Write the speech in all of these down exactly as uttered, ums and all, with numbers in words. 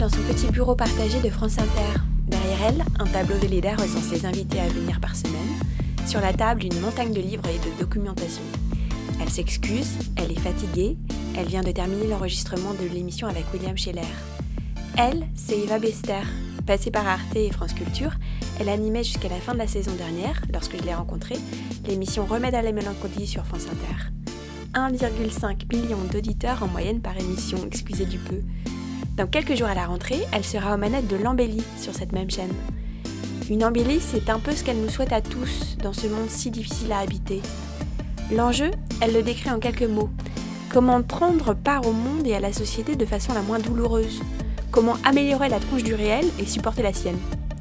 dans son petit bureau partagé de France Inter. Derrière elle, un tableau de Léda recense les invités à venir par semaine. Sur la table, une montagne de livres et de documentation. Elle s'excuse, elle est fatiguée, elle vient de terminer l'enregistrement de l'émission avec William Scheller. Elle, c'est Eva Bester. Passée par Arte et France Culture, elle animait jusqu'à la fin de la saison dernière, lorsque je l'ai rencontrée, l'émission Remède à la mélancolie sur France Inter. un virgule cinq million d'auditeurs en moyenne par émission, excusez du peu. Dans quelques jours à la rentrée, elle sera aux manettes de l'embellie sur cette même chaîne. Une embellie, c'est un peu ce qu'elle nous souhaite à tous dans ce monde si difficile à habiter. L'enjeu, elle le décrit en quelques mots. Comment prendre part au monde et à la société de façon la moins douloureuse. Comment améliorer la tronche du réel et supporter la sienne.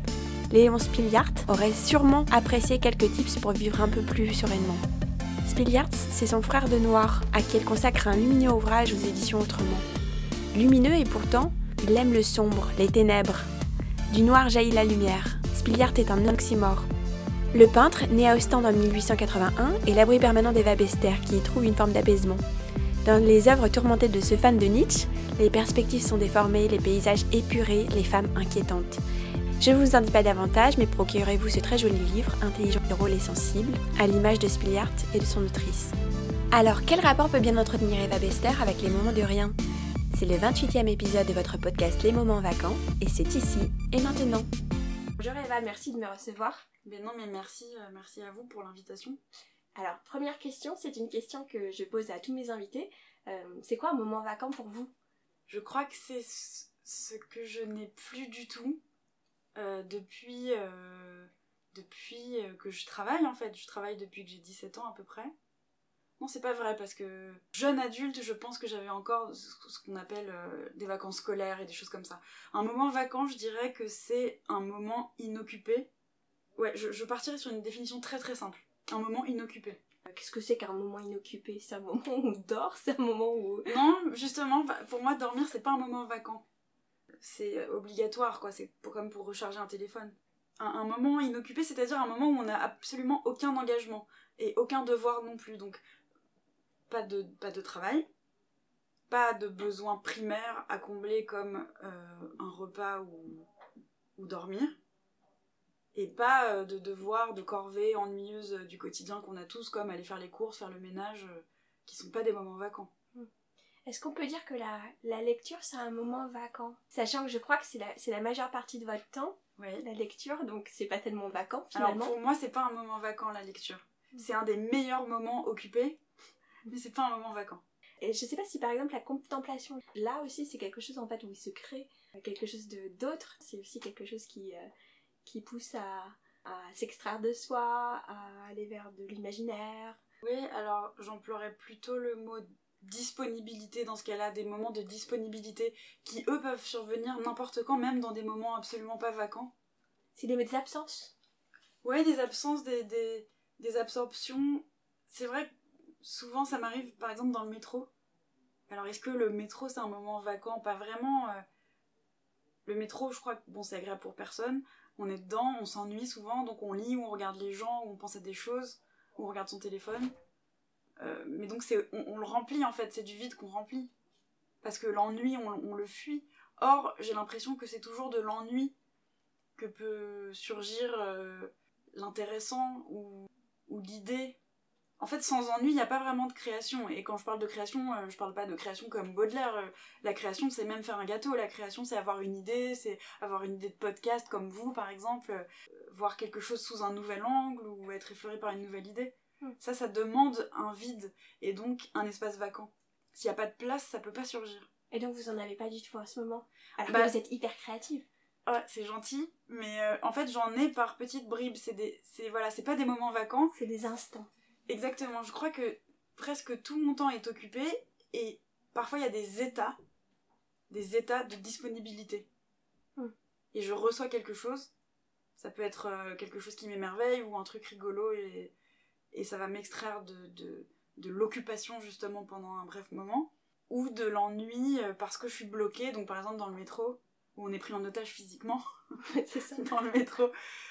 Léonce Spiliart aurait sûrement apprécié quelques tips pour vivre un peu plus sereinement. Spiliart, c'est son frère de noir, à qui elle consacre un lumineux ouvrage aux éditions Autrement. Lumineux et pourtant, il aime le sombre, les ténèbres. Du noir jaillit la lumière. Spiliart est un oxymore. Le peintre, né à Ostende en mille huit cent quatre-vingt-un, est l'abri permanent d'Eva Bester, qui y trouve une forme d'apaisement. Dans les œuvres tourmentées de ce fan de Nietzsche, les perspectives sont déformées, les paysages épurés, les femmes inquiétantes. Je ne vous en dis pas davantage, mais procurez-vous ce très joli livre, intelligent, drôle et sensible, à l'image de Spiliart et de son autrice. Alors, quel rapport peut bien entretenir Eva Bester avec les moments de rien ? C'est le vingt-huitième épisode de votre podcast Les Moments Vacants, et c'est ici et maintenant. Bonjour Eva, merci de me recevoir. Ben non, mais merci, euh, merci à vous pour l'invitation. Alors, première question, c'est une question que je pose à tous mes invités. Euh, c'est quoi un moment vacant pour vous ? Je crois que c'est ce que je n'ai plus du tout euh, depuis, euh, depuis que je travaille en fait. Je travaille depuis que j'ai dix-sept ans à peu près. Non, c'est pas vrai parce que jeune adulte, je pense que j'avais encore ce qu'on appelle euh, des vacances scolaires et des choses comme ça. Un moment vacant, je dirais que c'est un moment inoccupé. Ouais, je, je partirais sur une définition très très simple. Un moment inoccupé. Qu'est-ce que c'est qu'un moment inoccupé ? C'est un moment où on dort ? C'est un moment où... Non, justement, pour moi, dormir, c'est pas un moment vacant. C'est obligatoire, quoi. C'est pour, comme pour recharger un téléphone. Un, un moment inoccupé, c'est-à-dire un moment où on n'a absolument aucun engagement. Et aucun devoir non plus. Donc, pas de, pas de travail. Pas de besoins primaires à combler comme euh, un repas ou, ou dormir. Et pas de devoirs, de corvées ennuyeuses du quotidien qu'on a tous, comme aller faire les courses, faire le ménage, qui sont pas des moments vacants. Est-ce qu'on peut dire que la, la lecture, c'est un moment vacant ? Sachant que je crois que c'est la, c'est la majeure partie de votre temps, oui. La lecture, donc c'est pas tellement vacant finalement. Alors pour moi, c'est pas un moment vacant la lecture. Mmh. C'est un des meilleurs moments occupés, mais c'est pas un moment vacant. Et je sais pas si par exemple la contemplation, là aussi c'est quelque chose en fait où il se crée quelque chose de, d'autre, c'est aussi quelque chose qui... Euh, qui pousse à, à s'extraire de soi, à aller vers de l'imaginaire. Oui, alors j'emploierais plutôt le mot disponibilité dans ce cas-là, des moments de disponibilité qui, eux, peuvent survenir n'importe quand, même dans des moments absolument pas vacants. C'est des, des absences ? Oui, des absences, des, des, des absorptions. C'est vrai que souvent ça m'arrive, par exemple, dans le métro. Alors, est-ce que le métro, c'est un moment vacant ? Pas vraiment. Euh... Le métro, je crois que bon, c'est agréable pour personne. On est dedans, on s'ennuie souvent, donc on lit, ou on regarde les gens, ou on pense à des choses, ou on regarde son téléphone. Euh, mais donc c'est, on, on le remplit en fait, c'est du vide qu'on remplit. Parce que l'ennui, on, on le fuit. Or, j'ai l'impression que c'est toujours de l'ennui que peut surgir euh, l'intéressant ou, ou l'idée. En fait, sans ennui, il n'y a pas vraiment de création. Et quand je parle de création, euh, je parle pas de création comme Baudelaire. Euh, la création, c'est même faire un gâteau. La création, c'est avoir une idée, c'est avoir une idée de podcast comme vous, par exemple. Euh, voir quelque chose sous un nouvel angle ou être effleuré par une nouvelle idée. Mm. Ça, ça demande un vide et donc un espace vacant. S'il n'y a pas de place, ça peut pas surgir. Et donc, vous en avez pas du tout en ce moment ? Alors bah, que vous êtes hyper créative. Ouais, c'est gentil, mais euh, en fait, j'en ai par petites bribes. C'est, des, c'est, voilà, c'est pas des moments vacants. C'est des instants. Exactement, je crois que presque tout mon temps est occupé et parfois il y a des états, des états de disponibilité. Mm. Et je reçois quelque chose, ça peut être euh, quelque chose qui m'émerveille ou un truc rigolo et, et ça va m'extraire de, de, de l'occupation justement pendant un bref moment, ou de l'ennui parce que je suis bloquée, donc par exemple dans le métro, où on est pris en otage physiquement, c'est ça. Dans le métro,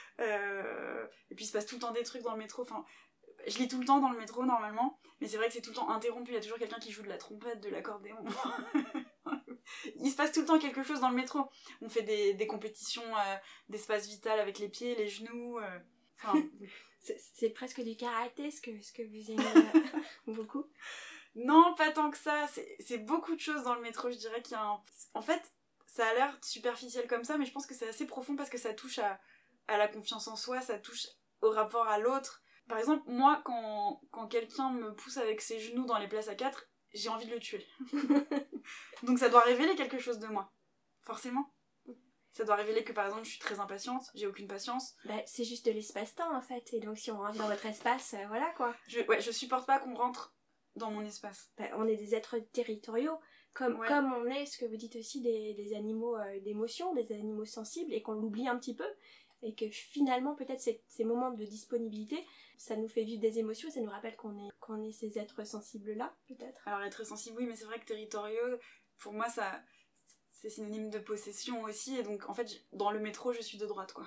euh, et puis il se passe tout le temps des trucs dans le métro, enfin... Je lis tout le temps dans le métro normalement, mais c'est vrai que c'est tout le temps interrompu, il y a toujours quelqu'un qui joue de la trompette, de l'accordéon. Il se passe tout le temps quelque chose dans le métro. On fait des, des compétitions euh, d'espace vital avec les pieds, les genoux. Euh, enfin, c'est, c'est presque du karaté, ce que, ce que vous aimez euh, beaucoup. Non, pas tant que ça. C'est, c'est beaucoup de choses dans le métro, je dirais qu'il y a un... En fait, ça a l'air superficiel comme ça, mais je pense que c'est assez profond parce que ça touche à, à la confiance en soi, ça touche au rapport à l'autre. Par exemple, moi, quand, quand quelqu'un me pousse avec ses genoux dans les places à quatre, j'ai envie de le tuer. Donc ça doit révéler quelque chose de moi. Forcément. Ça doit révéler que par exemple je suis très impatiente, j'ai aucune patience. Bah, c'est juste de l'espace-temps en fait, et donc si on rentre dans votre espace, euh, voilà quoi. Je, ouais, je supporte pas qu'on rentre dans mon espace. Bah, on est des êtres territoriaux, comme, ouais. comme on est, ce que vous dites aussi, des, des animaux euh, d'émotion, des animaux sensibles, et qu'on l'oublie un petit peu, et que finalement peut-être ces, ces moments de disponibilité, ça nous fait vivre des émotions, ça nous rappelle qu'on est, qu'on est ces êtres sensibles-là, peut-être. Alors être sensible, oui, mais c'est vrai que territoriaux, pour moi ça... c'est synonyme de possession aussi, et donc en fait dans le métro je suis de droite quoi.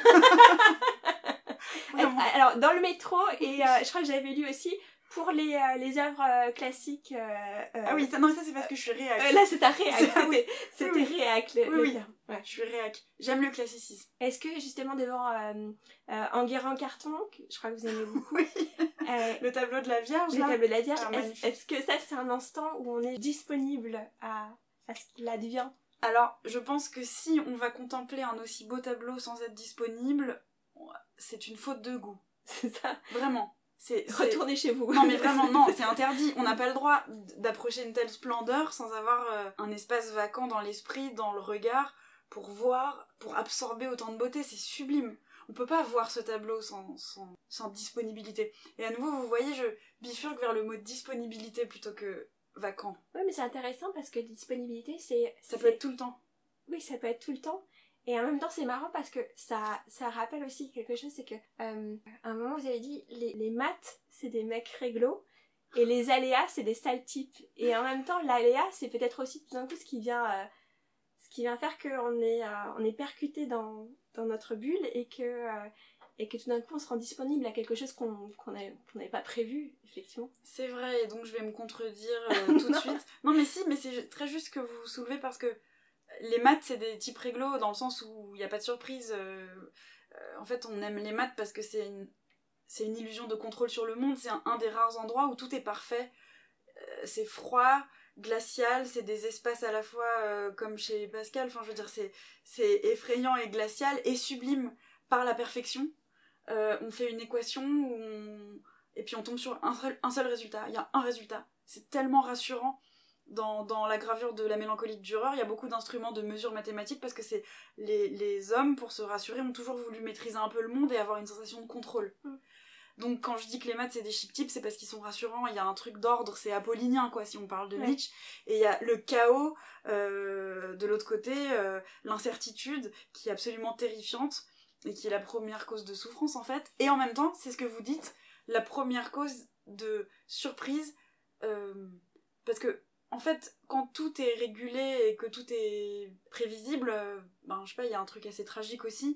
Alors dans le métro, et euh, je crois que j'avais lu aussi pour les, euh, les œuvres euh, classiques euh, euh, ah oui ça, non ça c'est parce que je suis réac. Euh, là c'est ta réac, c'est, c'était, oui. c'était oui, oui. réac le, oui, le oui. terme. Ouais. Je suis réac, j'aime le classicisme. Est-ce que justement devant euh, euh, Enguerrand Carton, je crois que vous aimez beaucoup, oui. euh, le tableau de la Vierge, le là. tableau de la Vierge, ah, est-ce, est-ce que ça c'est un instant où on est disponible à, à ce qu'il advient? Alors, je pense que si on va contempler un aussi beau tableau sans être disponible, c'est une faute de goût. C'est ça. Vraiment. C'est, Retournez c'est... chez vous. Non mais vraiment, non, c'est interdit. On n'a pas le droit d'approcher une telle splendeur sans avoir euh, un espace vacant dans l'esprit, dans le regard, pour voir, pour absorber autant de beauté. C'est sublime. On peut pas voir ce tableau sans, sans, sans disponibilité. Et à nouveau, vous voyez, je bifurque vers le mot disponibilité plutôt que vacant. Oui, mais c'est intéressant parce que disponibilité, c'est... Ça c'est... peut être tout le temps. Oui, ça peut être tout le temps. Et en même temps, c'est marrant parce que ça, ça rappelle aussi quelque chose, c'est que euh, à un moment, vous avez dit, les, les maths, c'est des mecs réglo, et les aléas, c'est des sales types. Et en même temps, l'aléa, c'est peut-être aussi tout d'un coup ce qui vient, euh, ce qui vient faire qu'on est, euh, on est percuté dans, dans notre bulle et que... Euh, et que tout d'un coup on se rend disponible à quelque chose qu'on qu'on n'avait qu'on pas prévu, effectivement. C'est vrai, et donc je vais me contredire euh, tout de suite. Non mais si, mais c'est très juste que vous soulevez parce que les maths c'est des types réglo dans le sens où il n'y a pas de surprise. Euh, euh, en fait on aime les maths parce que c'est une, c'est une illusion de contrôle sur le monde, c'est un, un des rares endroits où tout est parfait. Euh, c'est froid, glacial, c'est des espaces à la fois euh, comme chez Pascal, enfin je veux dire c'est, c'est effrayant et glacial et sublime par la perfection. Euh, on fait une équation où on... et puis on tombe sur un seul, un seul résultat. Il y a un résultat. C'est tellement rassurant. Dans, dans la gravure de la mélancolie de Dürer, il y a beaucoup d'instruments de mesure mathématiques parce que c'est les, les hommes, pour se rassurer, ont toujours voulu maîtriser un peu le monde et avoir une sensation de contrôle. Mm. Donc quand je dis que les maths c'est des chic types, c'est parce qu'ils sont rassurants. Il y a un truc d'ordre, c'est apollinien quoi, si on parle de ouais. Nietzsche. Et il y a le chaos euh, de l'autre côté, euh, l'incertitude qui est absolument terrifiante. Et qui est la première cause de souffrance en fait, et en même temps, c'est ce que vous dites, la première cause de surprise, euh, parce que en fait, quand tout est régulé et que tout est prévisible, euh, ben je sais pas, il y a un truc assez tragique aussi,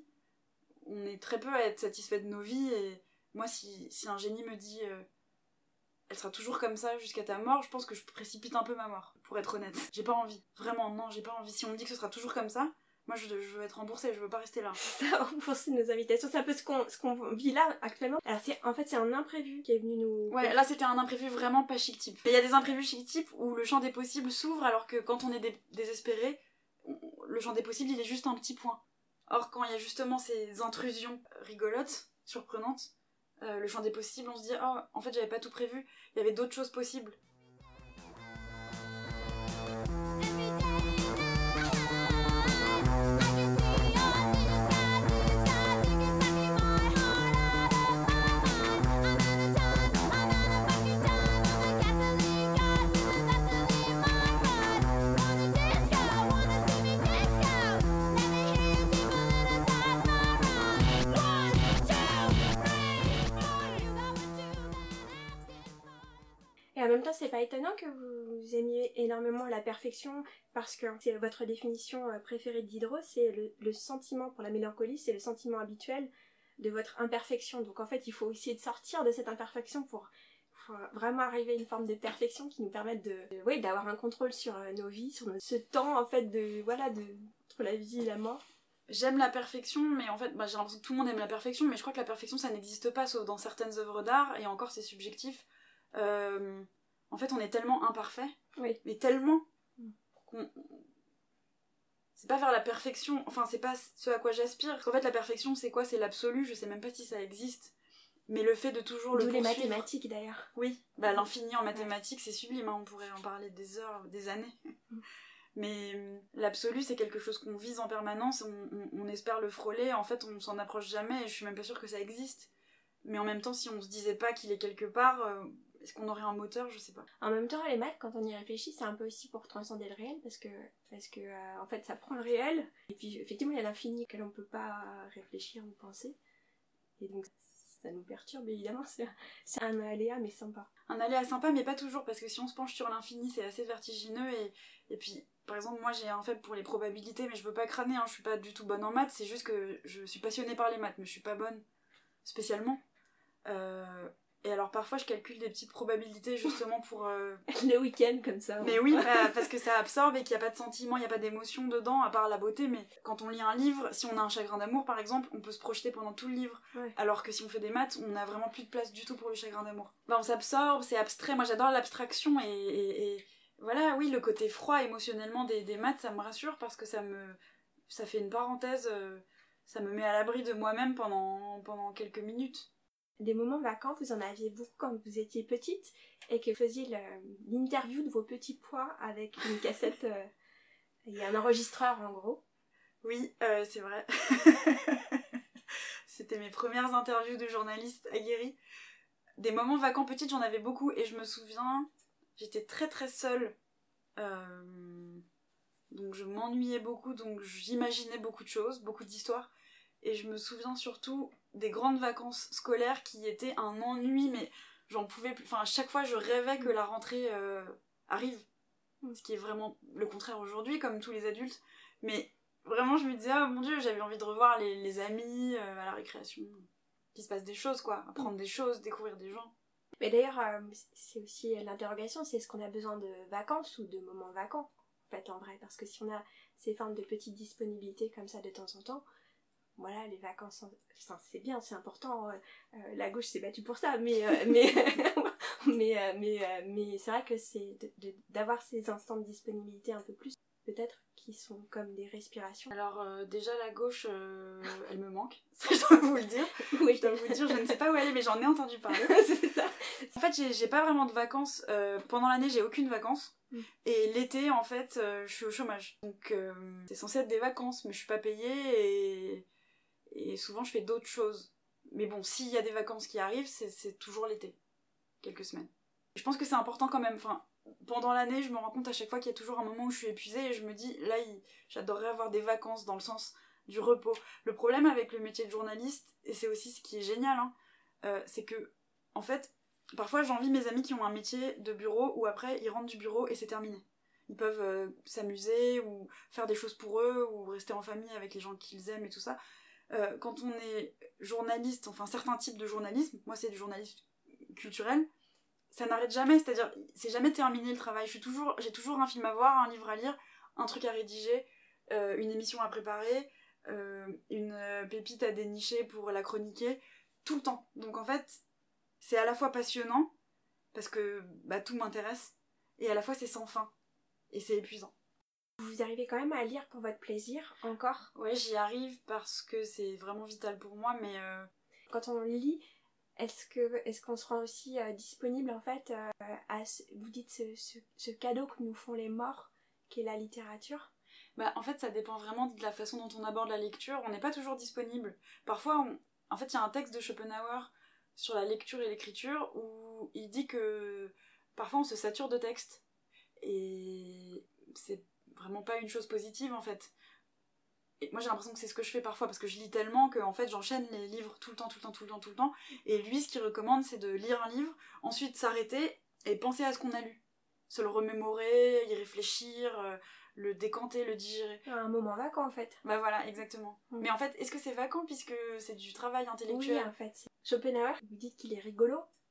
on est très peu à être satisfait de nos vies, et moi si, si un génie me dit euh, elle sera toujours comme ça jusqu'à ta mort, je pense que je précipite un peu ma mort, pour être honnête. J'ai pas envie, vraiment non, j'ai pas envie. Si on me dit que ce sera toujours comme ça, moi, je, je veux être remboursée, je veux pas rester là. Ça, rembourser nos invitations, c'est un peu ce qu'on, ce qu'on vit là, actuellement. Alors, c'est, en fait, c'est un imprévu qui est venu nous... Ouais, là, c'était un imprévu vraiment pas chic type. Mais il y a des imprévus chic type où le champ des possibles s'ouvre, alors que quand on est dé- désespéré, on, le champ des possibles, il est juste un petit point. Or, quand il y a justement ces intrusions rigolotes, surprenantes, euh, le champ des possibles, on se dit « Oh, en fait, j'avais pas tout prévu, il y avait d'autres choses possibles. » En même temps, c'est pas étonnant que vous aimiez énormément la perfection, parce que c'est votre définition préférée de Diderot, c'est le, le sentiment pour la mélancolie, c'est le sentiment habituel de votre imperfection. Donc en fait, il faut essayer de sortir de cette imperfection pour, pour vraiment arriver à une forme de perfection qui nous permette de, de oui, d'avoir un contrôle sur euh, nos vies, sur notre, ce temps en fait de voilà de entre la vie et la mort. J'aime la perfection, mais en fait, bah, j'ai l'impression que tout le monde aime la perfection, mais je crois que la perfection, ça n'existe pas, sauf dans certaines œuvres d'art, et encore, c'est subjectif. Euh, en fait, on est tellement imparfait, oui. mais tellement qu'on... C'est pas vers la perfection, enfin, c'est pas ce à quoi j'aspire. Parce qu'en fait, la perfection, c'est quoi? C'est l'absolu, je sais même pas si ça existe. Mais le fait de toujours D'où le les poursuivre... mathématiques, d'ailleurs. Oui, bah, l'infini en mathématiques, ouais. C'est sublime, hein, on pourrait en parler des heures, des années. Mais euh, l'absolu, c'est quelque chose qu'on vise en permanence, on, on, on espère le frôler, en fait, on s'en approche jamais, et je suis même pas sûre que ça existe. Mais en même temps, si on se disait pas qu'il est quelque part... Euh, est-ce qu'on aurait un moteur? Je sais pas. En même temps, les maths, quand on y réfléchit, c'est un peu aussi pour transcender le réel, parce que, parce que euh, en fait, ça prend le réel, et puis effectivement, il y a l'infini auquel on peut pas réfléchir ou penser, et donc ça nous perturbe, évidemment, c'est, c'est un aléa, mais sympa. Un aléa sympa, mais pas toujours, parce que si on se penche sur l'infini, c'est assez vertigineux, et, et puis, par exemple, moi, j'ai un faible pour les probabilités, mais je veux pas crâner, hein, je suis pas du tout bonne en maths, c'est juste que je suis passionnée par les maths, mais je suis pas bonne spécialement. Euh... Et alors parfois je calcule des petites probabilités justement pour... Euh... Le week-end comme ça. Mais oui, bah, parce que ça absorbe et qu'il n'y a pas de sentiment, il n'y a pas d'émotion dedans, à part la beauté. Mais quand on lit un livre, si on a un chagrin d'amour par exemple, on peut se projeter pendant tout le livre. Ouais. Alors que si on fait des maths, on n'a vraiment plus de place du tout pour le chagrin d'amour. Bah, on s'absorbe, c'est abstrait. Moi j'adore l'abstraction et, et, et... Voilà, oui, le côté froid émotionnellement des, des maths, ça me rassure parce que ça me... Ça fait une parenthèse, euh... ça me met à l'abri de moi-même pendant, pendant quelques minutes. Des moments vacants, vous en aviez beaucoup quand vous étiez petite et que vous faisiez le, l'interview de vos petits pois avec une cassette euh, et un enregistreur en gros. Oui, euh, c'est vrai. C'était mes premières interviews de journalistes aguerris. Des moments vacants petites, j'en avais beaucoup et je me souviens, j'étais très très seule. Euh, donc je m'ennuyais beaucoup, donc j'imaginais beaucoup de choses, beaucoup d'histoires. Et je me souviens surtout des grandes vacances scolaires qui étaient un ennui, mais j'en pouvais plus. Enfin, à chaque fois, je rêvais que la rentrée euh, arrive. Ce qui est vraiment le contraire aujourd'hui, comme tous les adultes. Mais vraiment, je me disais, oh mon Dieu, j'avais envie de revoir les, les amis euh, à la récréation. Qu'il se passe des choses, quoi. Apprendre des choses, découvrir des gens. Mais d'ailleurs, euh, c'est aussi l'interrogation, c'est est-ce qu'on a besoin de vacances ou de moments vacants, en fait, en vrai. Parce que si on a ces formes de petites disponibilités comme ça de temps en temps, voilà, les vacances, enfin, c'est bien, c'est important, euh, euh, la gauche s'est battue pour ça, mais, euh, mais, mais, euh, mais, euh, mais c'est vrai que c'est de, de, d'avoir ces instants de disponibilité un peu plus, peut-être, qui sont comme des respirations. Alors euh, déjà la gauche, euh, elle me manque, ça je dois vous le dire. Oui, je dois vous le dire, je ne sais pas où elle est, mais j'en ai entendu parler. C'est ça. En fait, j'ai, j'ai pas vraiment de vacances, euh, pendant l'année j'ai aucune vacances. Mm. Et l'été, en fait, euh, je suis au chômage. Donc euh, c'est censé être des vacances, mais je suis pas payée et... Et souvent, je fais d'autres choses. Mais bon, s'il y a des vacances qui arrivent, c'est, c'est toujours l'été. Quelques semaines. Je pense que c'est important quand même. Enfin, pendant l'année, je me rends compte à chaque fois qu'il y a toujours un moment où je suis épuisée et je me dis, là, il... j'adorerais avoir des vacances dans le sens du repos. Le problème avec le métier de journaliste, et c'est aussi ce qui est génial, hein, euh, c'est que, en fait, parfois, j'envie mes amis qui ont un métier de bureau où après, ils rentrent du bureau et c'est terminé. Ils peuvent euh, s'amuser ou faire des choses pour eux ou rester en famille avec les gens qu'ils aiment et tout ça. Euh, quand on est journaliste, enfin certains types de journalisme, moi c'est du journalisme culturel, ça n'arrête jamais, c'est-à-dire c'est jamais terminé le travail. Je suis toujours, j'ai toujours un film à voir, un livre à lire, un truc à rédiger, euh, une émission à préparer, euh, une pépite à dénicher pour la chroniquer, tout le temps. Donc en fait, c'est à la fois passionnant, parce que bah, tout m'intéresse, et à la fois c'est sans fin, et c'est épuisant. Vous arrivez quand même à lire pour votre plaisir, encore? Ouais, j'y arrive parce que c'est vraiment vital pour moi, mais... Euh... Quand on lit, est-ce, que, est-ce qu'on se rend aussi euh, disponible, en fait, euh, à, ce, vous dites, ce, ce, ce cadeau que nous font les morts, qui est la littérature? Bah, en fait, ça dépend vraiment de la façon dont on aborde la lecture. On n'est pas toujours disponible. Parfois, on... en fait, il y a un texte de Schopenhauer sur la lecture et l'écriture où il dit que parfois on se sature de texte. Et c'est vraiment pas une chose positive en fait. Et moi j'ai l'impression que c'est ce que je fais parfois parce que je lis tellement que en fait j'enchaîne les livres tout le temps, tout le temps, tout le temps, tout le temps. Et lui ce qu'il recommande c'est de lire un livre, ensuite s'arrêter et penser à ce qu'on a lu. Se le remémorer, y réfléchir, euh, le décanter, le digérer. Un moment vacant en fait. Bah voilà, exactement. Mmh. Mais en fait, est-ce que c'est vacant puisque c'est du travail intellectuel? Oui en fait. Schopenhauer, vous dites qu'il est rigolo.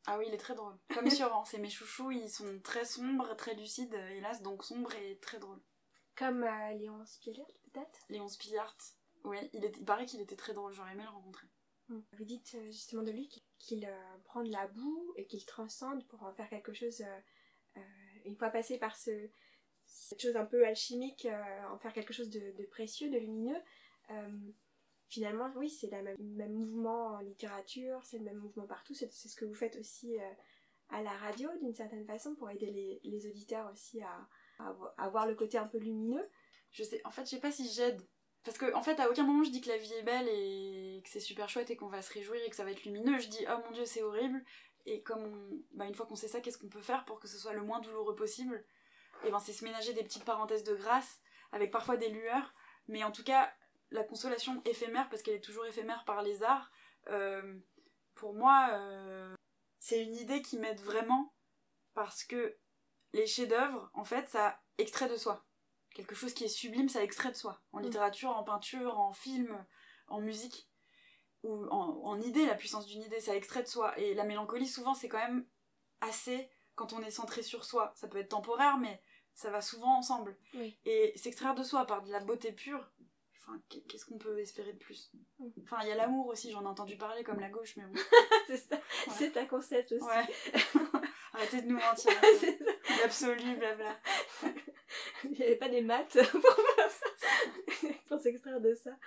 Ah oui, il est très drôle. Comme Sioran, c'est mes chouchous, ils sont très sombres, très lucides, hélas, donc sombres et très drôles. Comme euh, Léon Spillert, peut-être. Léon Spillart, oui, il, est... il paraît qu'il était très drôle, j'aurais aimé le rencontrer. Mm. Vous dites euh, justement de lui qu'il euh, prend de la boue et qu'il transcende pour en faire quelque chose, euh, euh, une fois passé par ce, cette chose un peu alchimique, euh, en faire quelque chose de, de précieux, de lumineux. Euh, finalement, oui, c'est le même, même mouvement en littérature, c'est le même mouvement partout, c'est, c'est ce que vous faites aussi euh, à la radio d'une certaine façon pour aider les, les auditeurs aussi à, à, à voir le côté un peu lumineux. Je sais, en fait, je sais pas si j'aide. Parce que, en fait, à aucun moment je dis que la vie est belle et que c'est super chouette et qu'on va se réjouir et que ça va être lumineux. Je dis, oh mon dieu, c'est horrible. Et comme on... bah, une fois qu'on sait ça, qu'est-ce qu'on peut faire pour que ce soit le moins douloureux possible? Et ben, c'est se ménager des petites parenthèses de grâce, avec parfois des lueurs. Mais en tout cas, la consolation éphémère, parce qu'elle est toujours éphémère par les arts, euh, pour moi, euh, c'est une idée qui m'aide vraiment. Parce que les chefs-d'œuvre, en fait, ça extrait de soi. Quelque chose qui est sublime, ça extrait de soi. En littérature, en peinture, en film, en musique. Ou en, en idée, la puissance d'une idée, ça extrait de soi. Et la mélancolie, souvent, c'est quand même assez... Quand on est centré sur soi, ça peut être temporaire, mais ça va souvent ensemble. Oui. Et s'extraire de soi par de la beauté pure, enfin, qu'est-ce qu'on peut espérer de plus? Enfin, il y a l'amour aussi, j'en ai entendu parler comme la gauche, mais bon. C'est ça, ouais. C'est un concept aussi. Ouais. Arrêtez de nous mentir. C'est ça. L'absolu, blabla. Il n'y avait pas des maths pour faire ça, pour s'extraire de ça.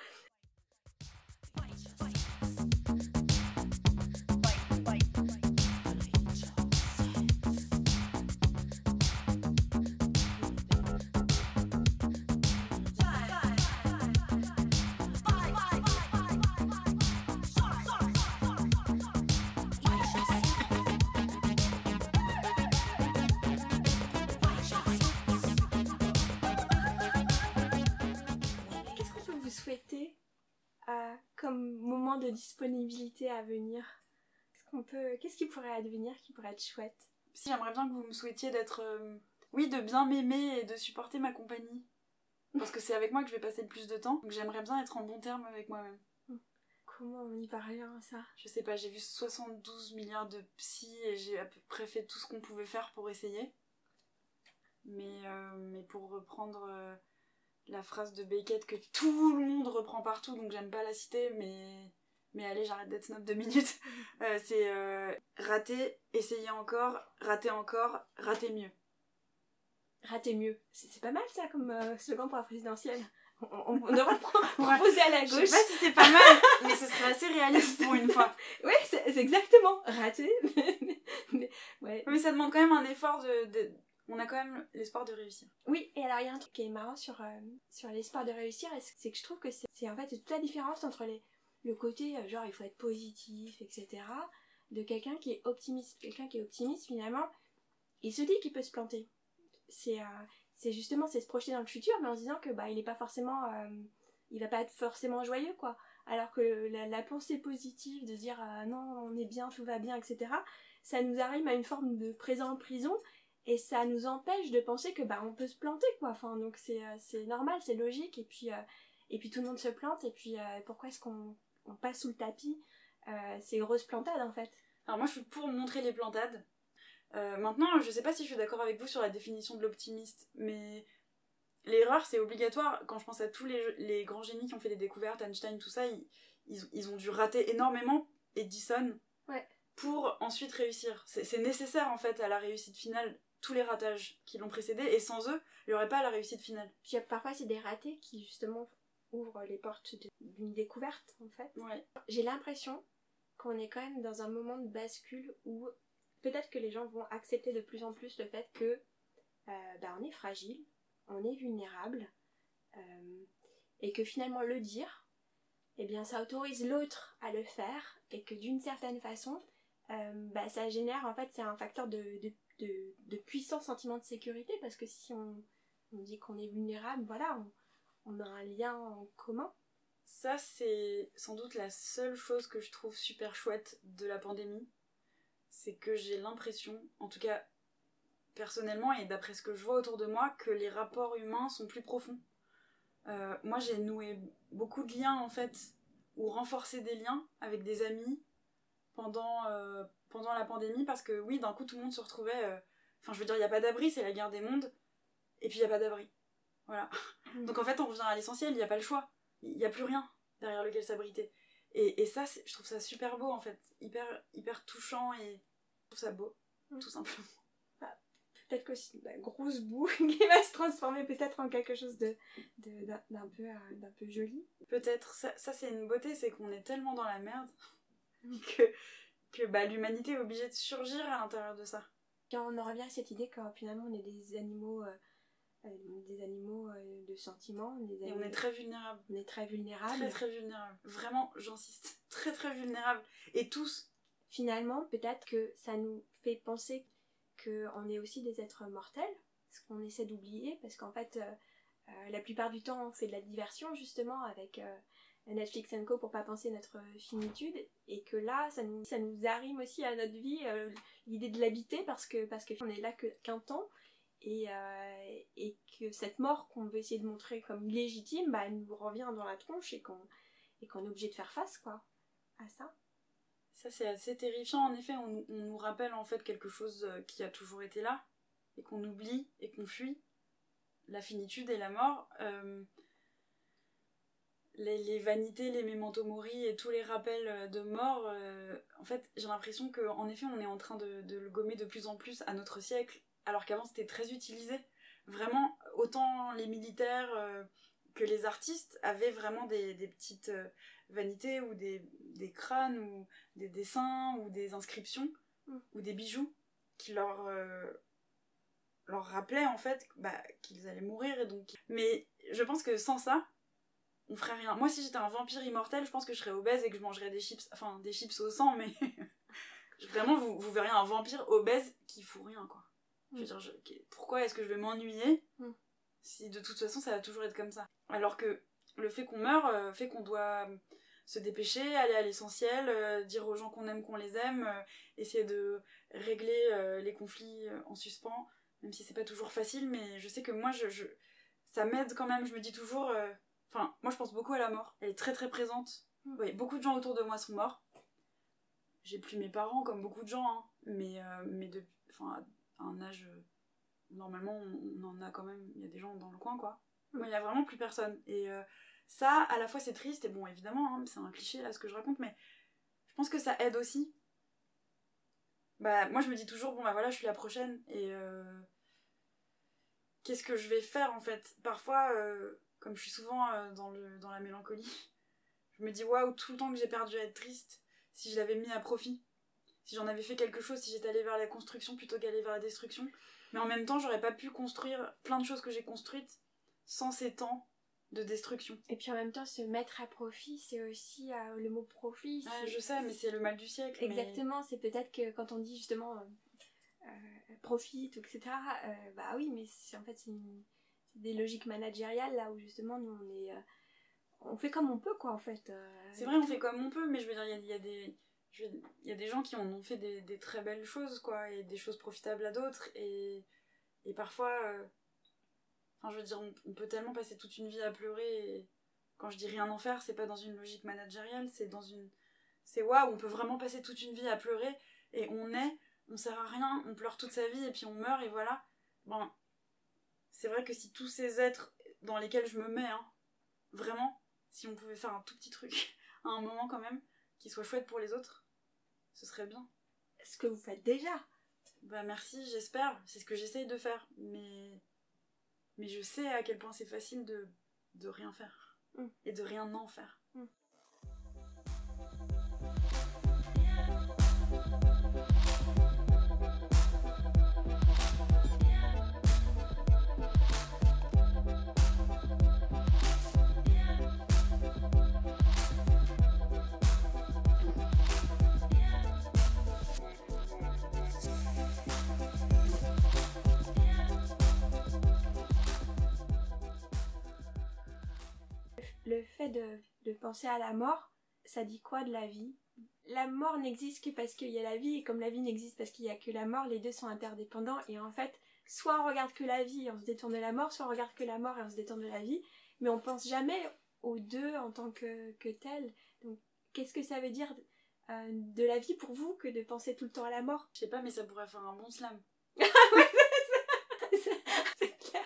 Comme moment de disponibilité à venir, qu'est-ce qu'on peut, qu'est-ce qui pourrait advenir, qui pourrait être chouette? Si, j'aimerais bien que vous me souhaitiez d'être, euh, oui, de bien m'aimer et de supporter ma compagnie, parce que c'est avec moi que je vais passer le plus de temps, donc j'aimerais bien être en bon terme avec moi-même. Comment on y parvient à ça? Je sais pas, j'ai vu soixante-douze milliards de psy et j'ai à peu près fait tout ce qu'on pouvait faire pour essayer, mais, euh, mais pour reprendre... Euh, la phrase de Beckett que tout le monde reprend partout, donc j'aime pas la citer, mais, mais allez, j'arrête d'être snob deux minutes. Euh, c'est euh, rater, essayer encore, rater encore, rater mieux. Rater mieux. C'est, c'est pas mal ça comme euh, slogan pour la présidentielle. On, on, on devrait le proposer à la gauche. Je sais pas si c'est pas mal, mais ce serait assez réaliste pour une fois. Oui, c'est, c'est exactement. Rater, mais, mais, mais, ouais. Mais ça demande quand même un effort de... de... On a quand même l'espoir de réussir. Oui, et alors il y a un truc qui est marrant sur, euh, sur l'espoir de réussir, c'est que je trouve que c'est, c'est en fait toute la différence entre les, le côté euh, genre il faut être positif, et cetera, de quelqu'un qui est optimiste. Quelqu'un qui est optimiste, finalement, il se dit qu'il peut se planter. C'est, euh, c'est justement c'est se projeter dans le futur, mais en se disant que bah, il n'est pas forcément... Euh, il va pas être forcément joyeux, quoi. Alors que la, la pensée positive, de se dire euh, non, on est bien, tout va bien, et cetera, ça nous arrive à une forme de présent en prison. Et ça nous empêche de penser que bah on peut se planter, quoi. Enfin, donc c'est, euh, c'est normal, c'est logique. Et puis, euh, et puis tout le monde se plante. Et puis euh, pourquoi est-ce qu'on on passe sous le tapis euh, ces grosses plantades, en fait? Alors moi je suis pour montrer les plantades. Euh, maintenant, je sais pas si je suis d'accord avec vous sur la définition de l'optimiste, mais l'erreur c'est obligatoire. Quand je pense à tous les, les grands génies qui ont fait des découvertes, Einstein, tout ça, ils, ils, ils ont dû rater énormément. Edison. Ouais. Pour ensuite réussir. C'est, c'est nécessaire en fait à la réussite finale. Tous les ratages qui l'ont précédé, et sans eux, il n'y aurait pas la réussite finale. Puis parfois, c'est des ratés qui, justement, ouvrent les portes de, d'une découverte, en fait. Ouais. J'ai l'impression qu'on est quand même dans un moment de bascule où peut-être que les gens vont accepter de plus en plus le fait que euh, bah, on est fragile, on est vulnérable, euh, et que finalement, le dire, eh bien, ça autorise l'autre à le faire, et que d'une certaine façon, euh, bah, ça génère, en fait, c'est un facteur de... de De, de puissant sentiment de sécurité, parce que si on, on dit qu'on est vulnérable, voilà, on, on a un lien en commun. Ça, c'est sans doute la seule chose que je trouve super chouette de la pandémie, c'est que j'ai l'impression, en tout cas personnellement et d'après ce que je vois autour de moi, que les rapports humains sont plus profonds. Euh, moi, j'ai noué beaucoup de liens, en fait, ou renforcé des liens avec des amis pendant... Euh, pendant la pandémie, parce que oui, d'un coup, tout le monde se retrouvait... euh, Enfin, je veux dire, il n'y a pas d'abri, c'est la guerre des mondes, et puis il n'y a pas d'abri. Voilà. Mm. Donc en fait, on revient à l'essentiel, il n'y a pas le choix. Il n'y a plus rien derrière lequel s'abriter. Et, et ça, c'est, je trouve ça super beau, en fait. Hyper, hyper touchant, et je trouve ça beau, Mm. tout simplement. Peut-être qu'aussi la grosse boue qui va se transformer peut-être en quelque chose de, de, d'un, d'un, peu, euh, d'un peu joli. Peut-être, ça, ça c'est une beauté, c'est qu'on est tellement dans la merde que, que bah, l'humanité est obligée de surgir à l'intérieur de ça. Quand on en revient à cette idée que finalement on est des animaux, euh, euh, des animaux euh, de sentiments, on est des Et animaux, on est très vulnérables. on est très vulnérables. Très très vulnérables. Vraiment, j'insiste, très très vulnérables. Et tous. Finalement, peut-être que ça nous fait penser qu'on est aussi des êtres mortels, ce qu'on essaie d'oublier, parce qu'en fait, euh, euh, la plupart du temps, on fait de la diversion justement avec euh, Netflix and Co pour pas penser notre finitude, et que là, ça nous, ça nous arrime aussi à notre vie, euh, l'idée de l'habiter, parce que parce qu'on est là que, qu'un temps, et, euh, et que cette mort qu'on veut essayer de montrer comme illégitime, bah, elle nous revient dans la tronche et qu'on, et qu'on est obligé de faire face, quoi, à ça. Ça, c'est assez terrifiant. En effet, on, on nous rappelle en fait quelque chose qui a toujours été là, et qu'on oublie, et qu'on fuit. La finitude et la mort. Euh, les, les vanités, les memento mori et tous les rappels de mort, euh, en fait, j'ai l'impression qu'en effet, on est en train de, de le gommer de plus en plus à notre siècle, alors qu'avant, c'était très utilisé. Vraiment, autant les militaires euh, que les artistes avaient vraiment des, des petites euh, vanités ou des, des crânes ou des dessins ou des inscriptions mm. ou des bijoux qui leur... Euh, leur rappelaient en fait bah, qu'ils allaient mourir et donc... Mais je pense que sans ça, on ferait rien. Moi, si j'étais un vampire immortel, je pense que je serais obèse et que je mangerais des chips, enfin des chips au sang, mais vraiment, vous, vous verriez un vampire obèse qui fout rien, quoi. Mm. Je veux dire, je... pourquoi est-ce que je vais m'ennuyer mm. si de toute façon ça va toujours être comme ça? Alors que le fait qu'on meurt euh, fait qu'on doit se dépêcher, aller à l'essentiel, euh, dire aux gens qu'on aime qu'on les aime, euh, essayer de régler euh, les conflits euh, en suspens, même si c'est pas toujours facile, mais je sais que moi, je, je... ça m'aide quand même, je me dis toujours... Euh... Enfin, moi je pense beaucoup à la mort, elle est très très présente. Mm. Oui, beaucoup de gens autour de moi sont morts. J'ai plus mes parents, comme beaucoup de gens, hein, mais, euh, mais de... enfin, à un âge... Euh... Normalement, on, on en a quand même, il y a des gens dans le coin, quoi. Mm. Moi, il y a vraiment plus personne. Et euh, ça, à la fois c'est triste, et bon, évidemment, hein, c'est un cliché là ce que je raconte, mais je pense que ça aide aussi. Bah, moi je me dis toujours, bon bah voilà, je suis la prochaine, et euh, qu'est-ce que je vais faire en fait? Parfois, euh, comme je suis souvent euh, dans, le, dans la mélancolie, je me dis, waouh, tout le temps que j'ai perdu à être triste, si je l'avais mis à profit, si j'en avais fait quelque chose, si j'étais allée vers la construction plutôt qu'aller vers la destruction, mais en même temps, j'aurais pas pu construire plein de choses que j'ai construites sans ces temps de destruction. Et puis en même temps, se mettre à profit, c'est aussi euh, le mot profit. Ah, je sais, mais c'est le mal du siècle. Exactement, mais... c'est peut-être que quand on dit justement euh, euh, profite, et cetera, euh, bah oui, mais c'est, en fait, c'est, une, c'est des logiques managériales là où justement nous on est. Euh, on fait comme on peut, quoi, en fait. Euh, c'est vrai, on fait comme on peut, mais je veux dire, il y, y a des. Il y a des gens qui en ont fait des, des très belles choses, quoi, et des choses profitables à d'autres, et, et parfois. Euh... Enfin, je veux dire, on, on peut tellement passer toute une vie à pleurer, et quand je dis rien en faire, c'est pas dans une logique managériale, c'est dans une... C'est waouh, on peut vraiment passer toute une vie à pleurer, et on est, on sert à rien, on pleure toute sa vie, et puis on meurt, et voilà. Bon, c'est vrai que si tous ces êtres dans lesquels je me mets, hein, vraiment, si on pouvait faire un tout petit truc, à un moment quand même, qui soit chouette pour les autres, ce serait bien. Ce que vous faites déjà. Bah merci, j'espère, c'est ce que j'essaye de faire, mais... Mais je sais à quel point c'est facile de, de rien faire. Mm. Et de rien en faire. Mm. Le fait de, de penser à la mort, ça dit quoi de la vie? La mort n'existe que parce qu'il y a la vie, et comme la vie n'existe parce qu'il y a que la mort, les deux sont interdépendants, et en fait, soit on regarde que la vie et on se détourne de la mort, soit on regarde que la mort et on se détourne de la vie, mais on pense jamais aux deux en tant que, que tels. Donc, qu'est-ce que ça veut dire euh, de la vie pour vous que de penser tout le temps à la mort? Je sais pas, mais ça pourrait faire un bon slam. c'est, c'est clair.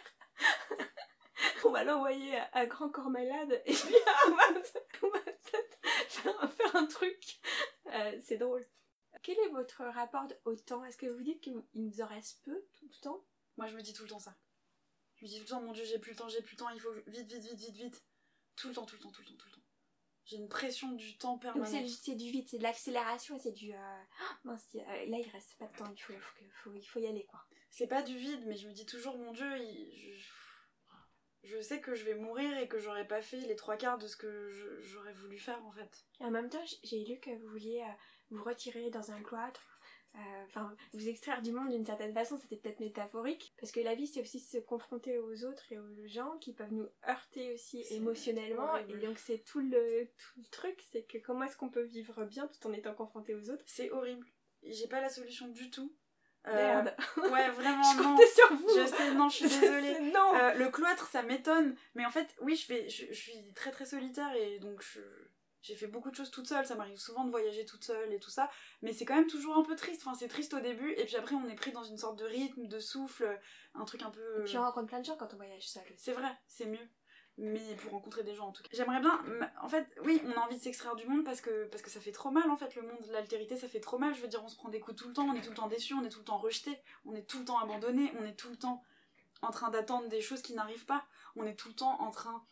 On va l'envoyer à, à Grand Corps Malade et puis on va, on va peut-être faire, faire un truc. Euh, c'est drôle. Quel est votre rapport au temps? Est-ce que vous dites qu'il nous en reste peu tout le temps? Moi, je me dis tout le temps ça. Je me dis tout le temps, mon Dieu, j'ai plus le temps, j'ai plus le temps, il faut vite, vite, vite, vite, vite. Tout le temps, tout le temps, tout le temps, tout le temps. J'ai une pression du temps permanente. Donc c'est, c'est du vite, c'est de l'accélération, c'est du... Euh... Oh, mince, là il reste pas de temps, il faut, faut, faut, il faut y aller quoi. C'est pas du vide, mais je me dis toujours, mon Dieu, il... je... je sais que je vais mourir et que j'aurais pas fait les trois quarts de ce que je... j'aurais voulu faire en fait. Et en même temps, j'ai lu que vous vouliez euh, vous retirer dans un cloître, enfin euh, vous extraire du monde d'une certaine façon, c'était peut-être métaphorique, parce que la vie c'est aussi se confronter aux autres et aux gens qui peuvent nous heurter aussi c'est émotionnellement, horrible. Et donc c'est tout le, tout le truc, c'est que comment est-ce qu'on peut vivre bien tout en étant confronté aux autres? C'est horrible, j'ai pas la solution du tout. Euh, Merde. Ouais, vraiment, je non. comptais sur vous. Je sais, non, je suis désolée. non. Euh, le cloître, ça m'étonne. Mais en fait, oui, je, fais, je, je suis très très solitaire et donc je, j'ai fait beaucoup de choses toute seule. Ça m'arrive souvent de voyager toute seule et tout ça. Mais c'est quand même toujours un peu triste. Enfin, c'est triste au début et puis après, on est pris dans une sorte de rythme, de souffle, un truc un peu... Et puis on rencontre plein de gens quand on voyage seul. C'est vrai, c'est mieux. Mais pour rencontrer des gens en tout cas. J'aimerais bien, en fait, oui, on a envie de s'extraire du monde parce que, parce que ça fait trop mal en fait, le monde, l'altérité ça fait trop mal, je veux dire, on se prend des coups tout le temps, on est tout le temps déçu, on est tout le temps rejeté, on est tout le temps abandonné, on est tout le temps en train d'attendre des choses qui n'arrivent pas, on est tout le temps en train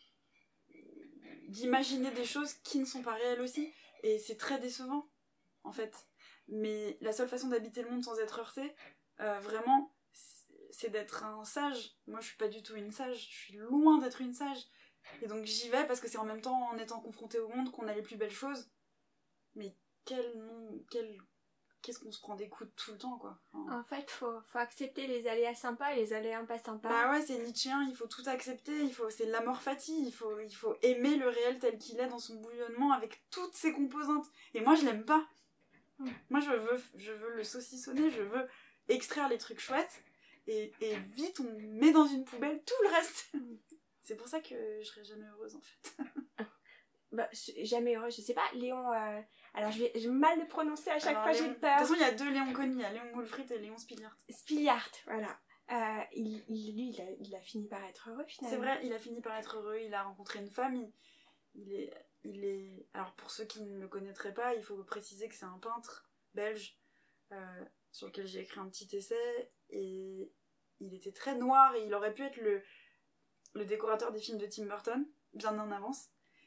d'imaginer des choses qui ne sont pas réelles aussi, et c'est très décevant en fait. Mais la seule façon d'habiter le monde sans être heurté, euh, vraiment... c'est d'être un sage. Moi je suis pas du tout une sage, je suis loin d'être une sage. Et donc j'y vais parce que c'est en même temps en étant confronté au monde qu'on a les plus belles choses. Mais quel nom, quel... qu'est-ce qu'on se prend des coups tout le temps quoi. Enfin... En fait faut, faut accepter les aléas sympas et les aléas pas sympas. Bah ouais, c'est Nietzschéen, il faut tout accepter, il faut... c'est l'amor fati, il faut... il faut aimer le réel tel qu'il est dans son bouillonnement avec toutes ses composantes. Et moi je l'aime pas. Mm. Moi je veux, je veux le saucissonner, je veux extraire les trucs chouettes. Et, et vite on met dans une poubelle tout le reste. C'est pour ça que je serais jamais heureuse en fait. Bah, jamais heureuse, je sais pas, Léon... Euh... Alors je vais, je vais mal le prononcer à chaque Alors, fois, Léon... j'ai peur. De toute façon il y a deux Léon connus, il y a Léon Moulfrit et Léon Spiliart. Spiliart, voilà. Euh, il, il, lui il a, il a fini par être heureux finalement. C'est vrai, il a fini par être heureux, il a rencontré une femme, il, il, est, il est... Alors pour ceux qui ne le connaîtraient pas, il faut préciser que c'est un peintre belge euh, sur lequel j'ai écrit un petit essai. Et il était très noir et il aurait pu être le, le décorateur des films de Tim Burton, bien en avance.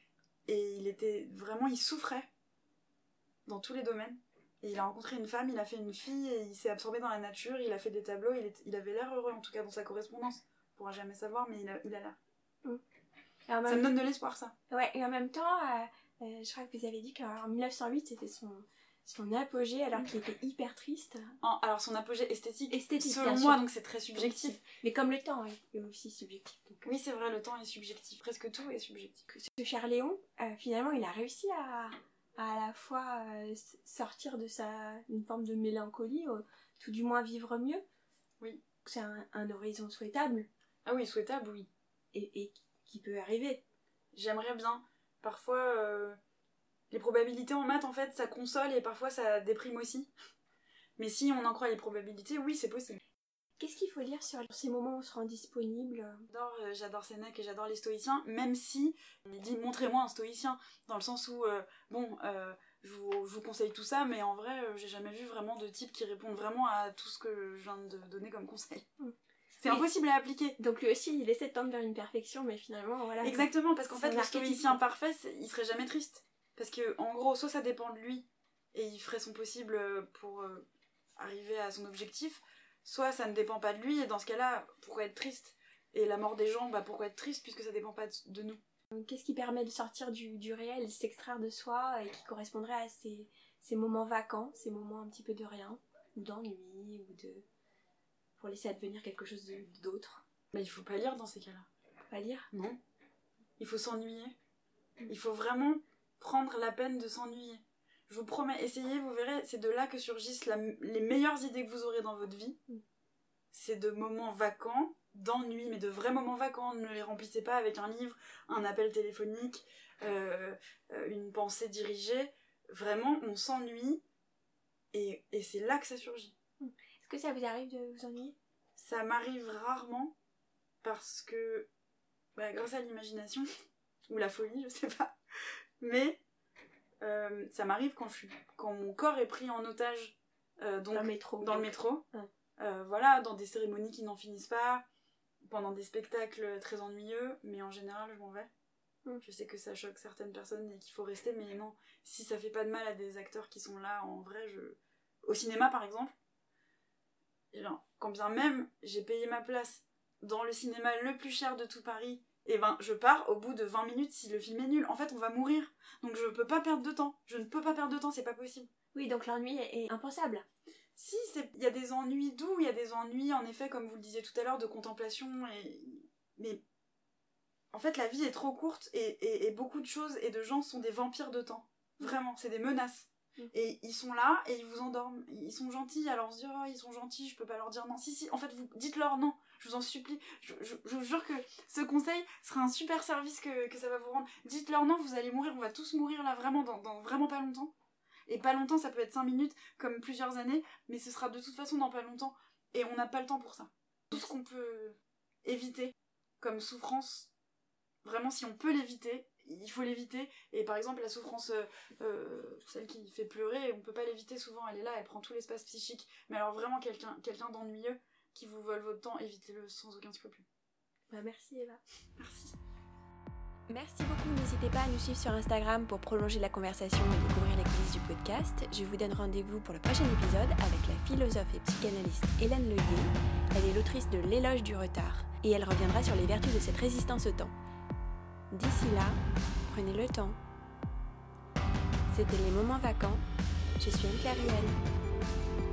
Et il était vraiment, il souffrait dans tous les domaines. Et il a rencontré une femme, il a fait une fille et il s'est absorbé dans la nature, il a fait des tableaux, il, est, il avait l'air heureux en tout cas dans sa correspondance. On pourra jamais savoir, mais il a, il a l'air. Mmh. Ça me donne de l'espoir ça. Ouais, et en même temps, euh, euh, je crois que vous avez dit qu'en mille neuf cent huit c'était son... son apogée alors qu'il était hyper triste. En, alors son apogée esthétique, esthétique selon moi, donc c'est très subjectif. Mais comme le temps est aussi subjectif. Donc... Oui c'est vrai, le temps est subjectif, presque tout est subjectif. Ce cher Léon, euh, finalement il a réussi à, à, à la fois euh, sortir de sa une forme de mélancolie, ou tout du moins vivre mieux. Oui. C'est un, un horizon souhaitable. Ah oui, souhaitable, oui. Et, et qui peut arriver. J'aimerais bien. Parfois... Euh... Les probabilités en maths, en fait, ça console et parfois ça déprime aussi. Mais si on en croit les probabilités, oui, c'est possible. Qu'est-ce qu'il faut lire sur ces moments où on se rend disponible ? J'adore, euh, j'adore Sénèque et j'adore les stoïciens, même si il dit montrez-moi un stoïcien, dans le sens où, euh, bon, euh, je, vous, je vous conseille tout ça, mais en vrai, euh, j'ai jamais vu vraiment de type qui répondent vraiment à tout ce que je viens de donner comme conseil. Mm. C'est mais, impossible à appliquer. Donc lui aussi, il essaie de tendre vers une perfection, mais finalement, voilà. Exactement, parce qu'en fait, le stoïcien parfait, il serait jamais triste. Parce que, en gros, soit ça dépend de lui, et il ferait son possible pour euh, arriver à son objectif, soit ça ne dépend pas de lui, et dans ce cas-là, pourquoi être triste ? Et la mort des gens, bah pourquoi être triste, puisque ça dépend pas de nous ? Qu'est-ce qui permet de sortir du, du réel, de s'extraire de soi, et qui correspondrait à ces, ces moments vacants, ces moments un petit peu de rien, ou d'ennui, ou de... pour laisser advenir quelque chose de, d'autre ? Bah il faut pas lire dans ces cas-là. Pas lire ? Non. Il faut s'ennuyer. Il faut vraiment... prendre la peine de s'ennuyer. Je vous promets, essayez, vous verrez, c'est de là que surgissent la, les meilleures idées que vous aurez dans votre vie. Mm. C'est de moments vacants, d'ennui, mais de vrais moments vacants. Ne les remplissez pas avec un livre, un appel téléphonique, euh, une pensée dirigée. vraiment, on s'ennuie et, et c'est là que ça surgit. Est-ce que ça vous arrive de vous ennuyer ? Ça m'arrive rarement parce que, bah, grâce à l'imagination, ou la folie, je sais pas, mais euh, ça m'arrive quand, je suis, quand mon corps est pris en otage euh, donc, dans le métro. Dans le métro. Ouais. Euh, voilà, dans des cérémonies qui n'en finissent pas, pendant des spectacles très ennuyeux, mais en général, je m'en vais. Mm. Je sais que ça choque certaines personnes et qu'il faut rester, mais non, si ça fait pas de mal à des acteurs qui sont là, en vrai, je... Au cinéma, par exemple, genre, quand bien même j'ai payé ma place dans le cinéma le plus cher de tout Paris, et ben je pars au bout de vingt minutes si le film est nul. En fait, on va mourir. Donc je peux pas perdre de temps. Je ne peux pas perdre de temps, c'est pas possible. Oui, donc l'ennui est impensable. Si, il y a des ennuis doux, il y a des ennuis, en effet, comme vous le disiez tout à l'heure, de contemplation. Et... Mais en fait, la vie est trop courte et, et, et beaucoup de choses et de gens sont des vampires de temps. Vraiment, c'est des menaces. Et ils sont là et ils vous endorment. Ils sont gentils, alors on se dit oh ils sont gentils, je peux pas leur dire non. Si si, en fait vous dites-leur non, je vous en supplie. Je, je, je vous jure que ce conseil sera un super service que, que ça va vous rendre. Dites-leur non, vous allez mourir, on va tous mourir là vraiment dans, dans vraiment pas longtemps. Et pas longtemps, ça peut être cinq minutes comme plusieurs années, mais ce sera de toute façon dans pas longtemps. Et on n'a pas le temps pour ça. Tout ce qu'on peut éviter comme souffrance, vraiment si on peut l'éviter, il faut l'éviter. Et par exemple la souffrance euh, euh, celle qui fait pleurer, on peut pas l'éviter souvent, elle est là, elle prend tout l'espace psychique, mais alors vraiment quelqu'un, quelqu'un d'ennuyeux qui vous vole votre temps, évitez-le sans aucun scrupule. Bah merci Eva. Merci. Merci beaucoup, n'hésitez pas à nous suivre sur Instagram pour prolonger la conversation et découvrir les coulisses du podcast. Je vous donne rendez-vous pour le prochain épisode avec la philosophe et psychanalyste Hélène Leguet. Elle est l'autrice de L'éloge du retard et elle reviendra sur les vertus de cette résistance au temps. D'ici là, prenez le temps. C'était les moments vacants. Je suis Anne-Claire Ruel.